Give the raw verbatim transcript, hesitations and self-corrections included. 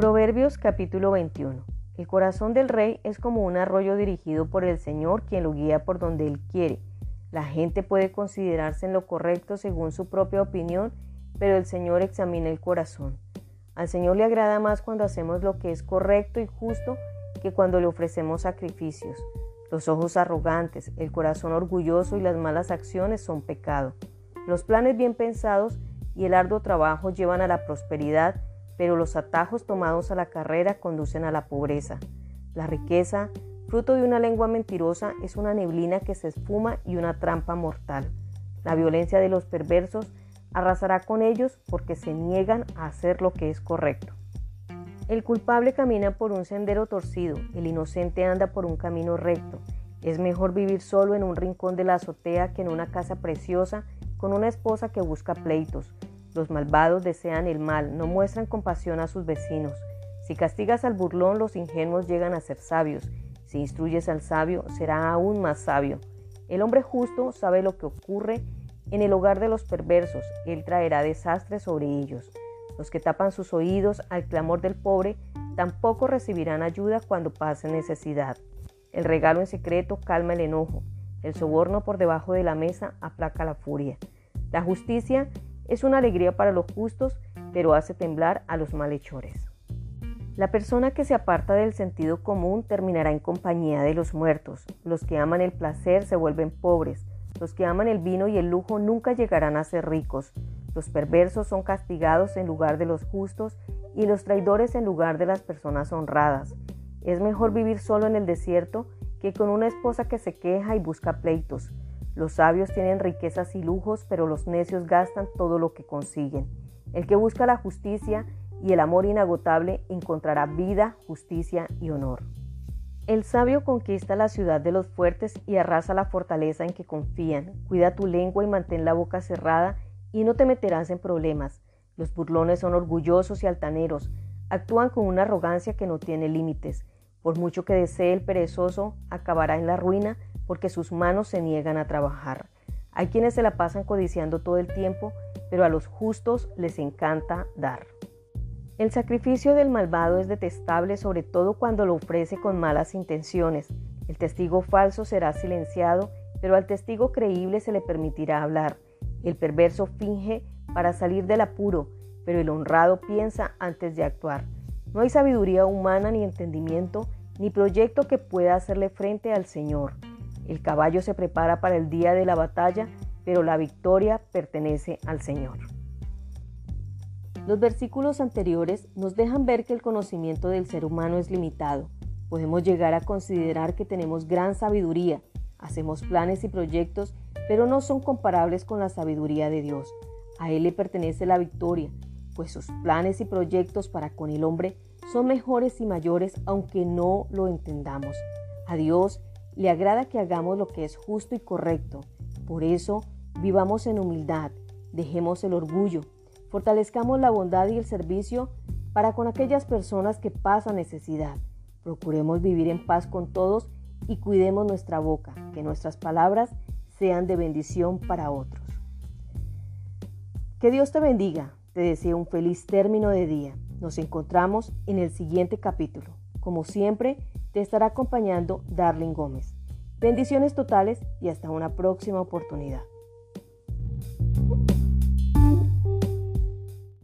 Proverbios capítulo veintiuno. El corazón del rey es como un arroyo dirigido por el Señor, quien lo guía por donde Él quiere. La gente puede considerarse en lo correcto según su propia opinión, pero el Señor examina el corazón. Al Señor le agrada más cuando hacemos lo que es correcto y justo que cuando le ofrecemos sacrificios. Los ojos arrogantes, el corazón orgulloso y las malas acciones son pecado. Los planes bien pensados y el arduo trabajo llevan a la prosperidad, pero los atajos tomados a la carrera conducen a la pobreza. La riqueza, fruto de una lengua mentirosa, es una neblina que se esfuma y una trampa mortal. La violencia de los perversos arrasará con ellos porque se niegan a hacer lo que es correcto. El culpable camina por un sendero torcido, el inocente anda por un camino recto. Es mejor vivir solo en un rincón de la azotea que en una casa preciosa con una esposa que busca pleitos. Los malvados desean el mal, no muestran compasión a sus vecinos. Si castigas al burlón, los ingenuos llegan a ser sabios. Si instruyes al sabio, será aún más sabio. El hombre justo sabe lo que ocurre en el hogar de los perversos. Él traerá desastre sobre ellos. Los que tapan sus oídos al clamor del pobre tampoco recibirán ayuda cuando pasen necesidad. El regalo en secreto calma el enojo. El soborno por debajo de la mesa aplaca la furia. La justicia es una alegría para los justos, pero hace temblar a los malhechores. La persona que se aparta del sentido común terminará en compañía de los muertos. Los que aman el placer se vuelven pobres. Los que aman el vino y el lujo nunca llegarán a ser ricos. Los perversos son castigados en lugar de los justos y los traidores en lugar de las personas honradas. Es mejor vivir solo en el desierto que con una esposa que se queja y busca pleitos. Los sabios tienen riquezas y lujos, pero los necios gastan todo lo que consiguen. El que busca la justicia y el amor inagotable encontrará vida, justicia y honor. El sabio conquista la ciudad de los fuertes y arrasa la fortaleza en que confían. Cuida tu lengua y mantén la boca cerrada y no te meterás en problemas. Los burlones son orgullosos y altaneros. Actúan con una arrogancia que no tiene límites. Por mucho que desee el perezoso, acabará en la ruina porque sus manos se niegan a trabajar. Hay quienes se la pasan codiciando todo el tiempo, pero a los justos les encanta dar. El sacrificio del malvado es detestable, sobre todo cuando lo ofrece con malas intenciones. El testigo falso será silenciado, pero al testigo creíble se le permitirá hablar. El perverso finge para salir del apuro, pero el honrado piensa antes de actuar. No hay sabiduría humana, ni entendimiento, ni proyecto que pueda hacerle frente al Señor. El caballo se prepara para el día de la batalla, pero la victoria pertenece al Señor. Los versículos anteriores nos dejan ver que el conocimiento del ser humano es limitado. Podemos llegar a considerar que tenemos gran sabiduría, hacemos planes y proyectos, pero no son comparables con la sabiduría de Dios. A Él le pertenece la victoria, pues sus planes y proyectos para con el hombre son mejores y mayores, aunque no lo entendamos. A Dios le agrada que hagamos lo que es justo y correcto. Por eso, vivamos en humildad, dejemos el orgullo, fortalezcamos la bondad y el servicio para con aquellas personas que pasan necesidad. Procuremos vivir en paz con todos y cuidemos nuestra boca, que nuestras palabras sean de bendición para otros. Que Dios te bendiga, te deseo un feliz término de día. Nos encontramos en el siguiente capítulo. Como siempre, te estará acompañando Darlene Gómez. Bendiciones totales y hasta una próxima oportunidad.